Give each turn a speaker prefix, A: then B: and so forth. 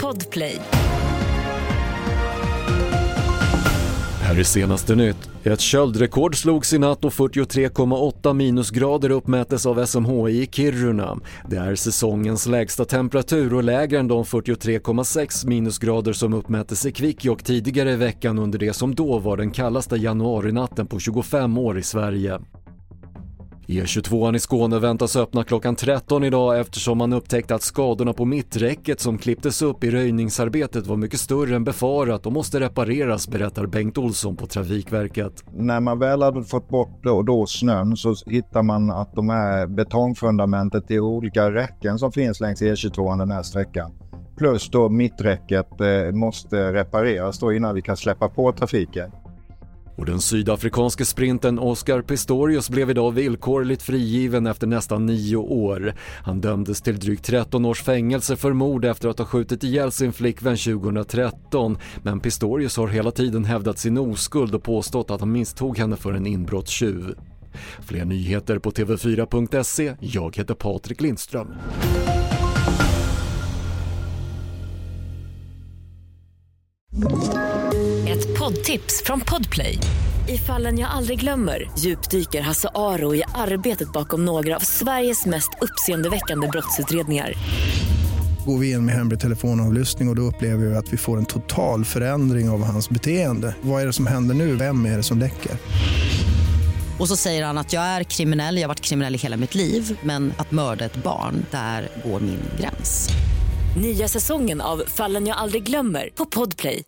A: Podplay.
B: Här är senaste nytt. Ett köldrekord slogs i natt och 43,8 minusgrader uppmättes av SMHI i Kiruna. Det är säsongens lägsta temperatur och lägre än de 43,6 minusgrader som uppmättes i Kvikkjokk tidigare i veckan under det som då var den kallaste januarinatten på 25 år i Sverige. E22 i Skåne väntas öppna klockan 13 idag eftersom man upptäckte att skadorna på mitträcket som klipptes upp i röjningsarbetet var mycket större än befarat och måste repareras, berättar Bengt Olsson på Trafikverket.
C: När man väl hade fått bort då snön så hittar man att de här betongfundamentet i olika räcken som finns längs E22 den här sträckan. Plus då mitträcket måste repareras då innan vi kan släppa på trafiken.
B: Och den sydafrikanske sprinten Oscar Pistorius blev idag villkorligt frigiven efter nästan 9 år. Han dömdes till drygt 13 års fängelse för mord efter att ha skjutit ihjäl sin flickvän 2013. Men Pistorius har hela tiden hävdat sin oskuld och påstått att han misstog henne för en inbrottstjuv. Fler nyheter på tv4.se. Jag heter Patrik Lindström.
A: Ett poddtips från Podplay. I Fallen jag aldrig glömmer djupdyker Hasse Aro i arbetet bakom några av Sveriges mest uppseendeväckande brottsutredningar.
D: Går vi in med hemlig telefonavlyssning och då upplever vi att vi får en total förändring av hans beteende. Vad är det som händer nu? Vem är det som läcker?
E: Och så säger han att jag är kriminell, jag har varit kriminell i hela mitt liv. Men att mörda ett barn, där går min gräns.
A: Nya säsongen av Fallen jag aldrig glömmer på Podplay.